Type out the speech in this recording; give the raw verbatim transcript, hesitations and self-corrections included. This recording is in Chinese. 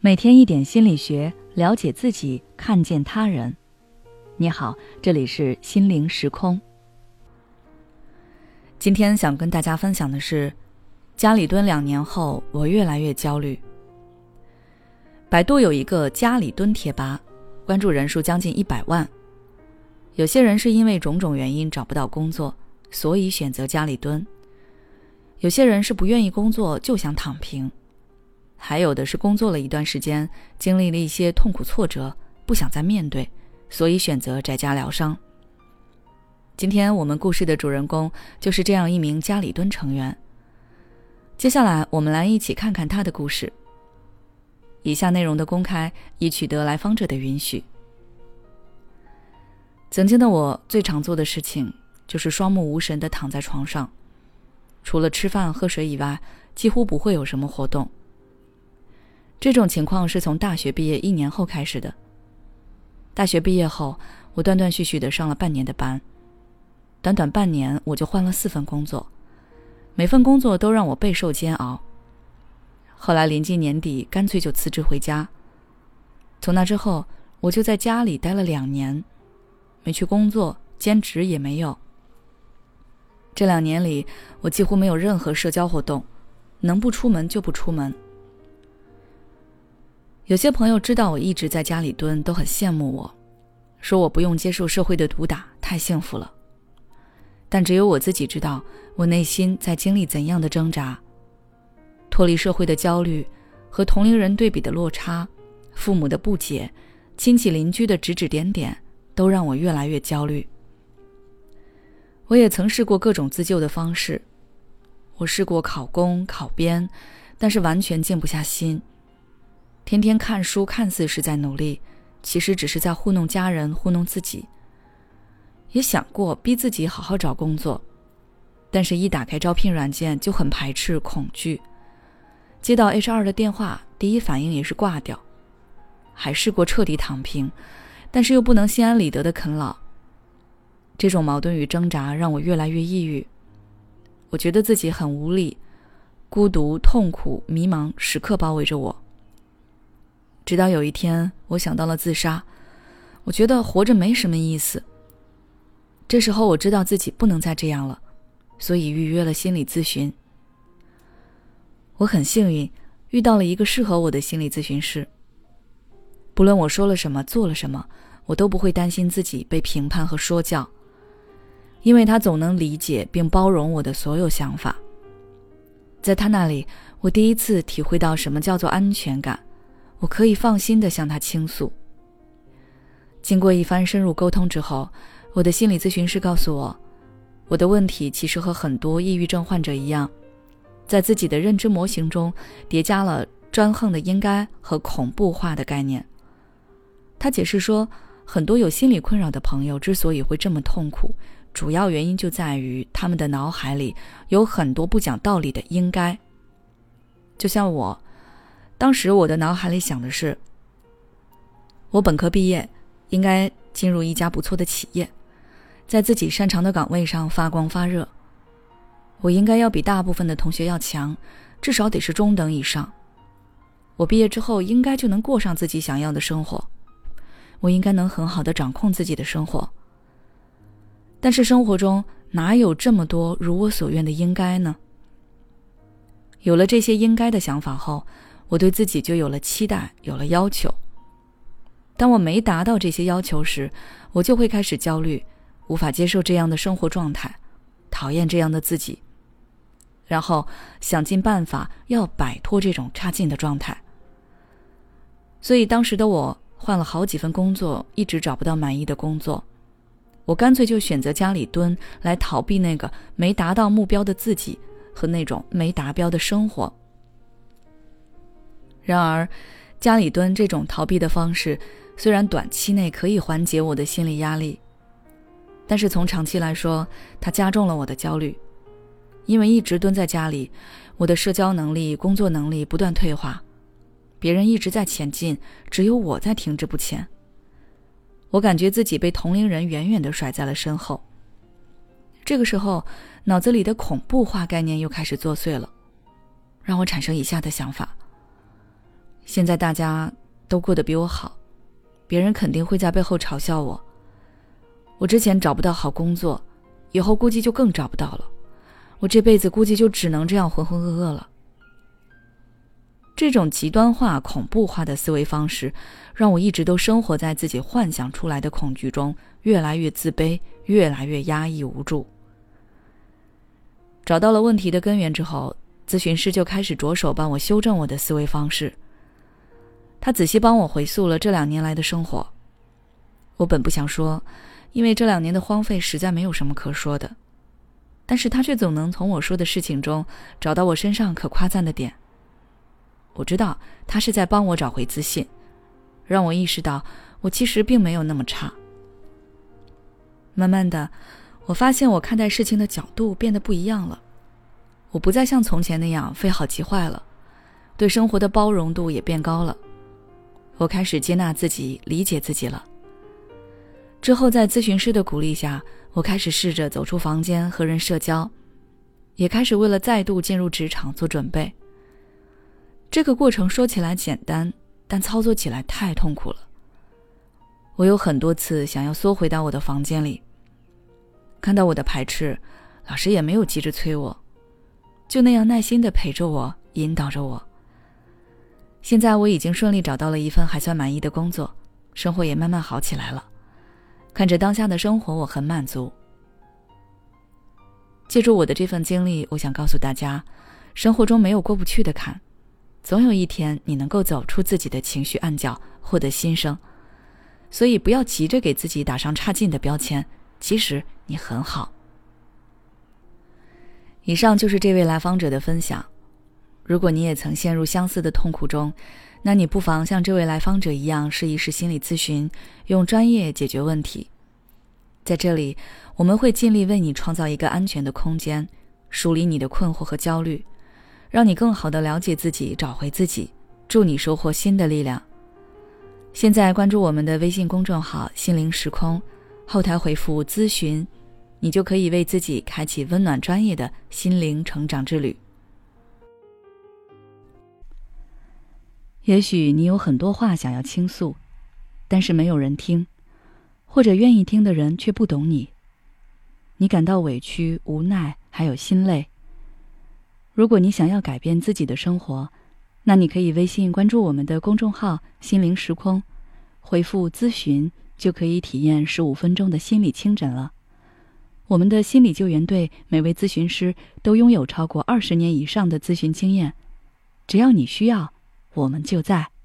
每天一点心理学，了解自己，看见他人。你好，这里是心灵时空。今天想跟大家分享的是，家里蹲两年后，我越来越焦虑。百度有一个家里蹲贴吧，关注人数将近一百万。有些人是因为种种原因找不到工作，所以选择家里蹲。有些人是不愿意工作，就想躺平。还有的是工作了一段时间，经历了一些痛苦挫折，不想再面对，所以选择在家疗伤。今天我们故事的主人公就是这样一名家里蹲成员。接下来我们来一起看看他的故事。以下内容的公开已取得来访者的允许。曾经的我最常做的事情就是双目无神地躺在床上，除了吃饭喝水以外，几乎不会有什么活动。这种情况是从大学毕业一年后开始的。大学毕业后，我断断续续地上了半年的班，短短半年我就换了四份工作，每份工作都让我备受煎熬。后来临近年底，干脆就辞职回家。从那之后，我就在家里待了两年，没去工作，兼职也没有。这两年里，我几乎没有任何社交活动，能不出门就不出门。有些朋友知道我一直在家里蹲，都很羡慕我，说我不用接受社会的毒打，太幸福了。但只有我自己知道，我内心在经历怎样的挣扎。脱离社会的焦虑，和同龄人对比的落差，父母的不解，亲戚邻居的指指点点，都让我越来越焦虑。我也曾试过各种自救的方式，我试过考公考编，但是完全静不下心。天天看书看似是在努力，其实只是在糊弄家人，糊弄自己。也想过逼自己好好找工作，但是一打开招聘软件就很排斥恐惧。接到 H R 的电话，第一反应也是挂掉。还试过彻底躺平，但是又不能心安理得的啃老。这种矛盾与挣扎让我越来越抑郁。我觉得自己很无力，孤独、痛苦、迷茫时刻包围着我。直到有一天，我想到了自杀，我觉得活着没什么意思。这时候我知道自己不能再这样了，所以预约了心理咨询。我很幸运，遇到了一个适合我的心理咨询师。不论我说了什么，做了什么，我都不会担心自己被评判和说教，因为他总能理解并包容我的所有想法。在他那里，我第一次体会到什么叫做安全感，我可以放心地向他倾诉。经过一番深入沟通之后，我的心理咨询师告诉我，我的问题其实和很多抑郁症患者一样，在自己的认知模型中叠加了专横的应该和恐怖化的概念。他解释说，很多有心理困扰的朋友之所以会这么痛苦，主要原因就在于他们的脑海里有很多不讲道理的应该。就像我当时我的脑海里想的是，我本科毕业，应该进入一家不错的企业，在自己擅长的岗位上发光发热。我应该要比大部分的同学要强，至少得是中等以上。我毕业之后应该就能过上自己想要的生活，我应该能很好地掌控自己的生活。但是生活中哪有这么多如我所愿的应该呢？有了这些应该的想法后，我对自己就有了期待，有了要求。当我没达到这些要求时，我就会开始焦虑，无法接受这样的生活状态，讨厌这样的自己，然后想尽办法要摆脱这种差劲的状态。所以当时的我换了好几份工作，一直找不到满意的工作。我干脆就选择家里蹲，来逃避那个没达到目标的自己和那种没达标的生活。然而家里蹲这种逃避的方式，虽然短期内可以缓解我的心理压力，但是从长期来说，它加重了我的焦虑。因为一直蹲在家里，我的社交能力、工作能力不断退化，别人一直在前进，只有我在停滞不前。我感觉自己被同龄人远远地甩在了身后。这个时候，脑子里的恐怖化概念又开始作祟了，让我产生以下的想法： 现在大家都过得比我好，别人肯定会在背后嘲笑我。我之前找不到好工作，以后估计就更找不到了。我这辈子估计就只能这样浑浑噩噩了。这种极端化、恐怖化的思维方式，让我一直都生活在自己幻想出来的恐惧中，越来越自卑，越来越压抑无助。找到了问题的根源之后，咨询师就开始着手帮我修正我的思维方式。他仔细帮我回溯了这两年来的生活。我本不想说，因为这两年的荒废实在没有什么可说的，但是他却总能从我说的事情中找到我身上可夸赞的点。我知道他是在帮我找回自信，让我意识到我其实并没有那么差。慢慢的，我发现我看待事情的角度变得不一样了。我不再像从前那样非好即坏了，对生活的包容度也变高了。我开始接纳自己，理解自己了。之后在咨询师的鼓励下，我开始试着走出房间和人社交，也开始为了再度进入职场做准备。这个过程说起来简单，但操作起来太痛苦了。我有很多次想要缩回到我的房间里，看到我的排斥，老师也没有急着催我，就那样耐心地陪着我，引导着我。现在我已经顺利找到了一份还算满意的工作，生活也慢慢好起来了。看着当下的生活，我很满足。借助我的这份经历，我想告诉大家，生活中没有过不去的坎，总有一天你能够走出自己的情绪暗角，获得新生。所以不要急着给自己打上差劲的标签，其实你很好。以上就是这位来访者的分享。如果你也曾陷入相似的痛苦中，那你不妨像这位来访者一样试一试心理咨询，用专业解决问题。在这里，我们会尽力为你创造一个安全的空间，梳理你的困惑和焦虑，让你更好地了解自己，找回自己，助你收获新的力量。现在关注我们的微信公众号心灵时空，后台回复咨询，你就可以为自己开启温暖专业的心灵成长之旅。也许你有很多话想要倾诉，但是没有人听，或者愿意听的人却不懂你。你感到委屈、无奈，还有心累。如果你想要改变自己的生活，那你可以微信关注我们的公众号心灵时空，回复咨询就可以体验十五分钟的心理清诊了。我们的心理救援队每位咨询师都拥有超过二十年以上的咨询经验，只要你需要，我们就在。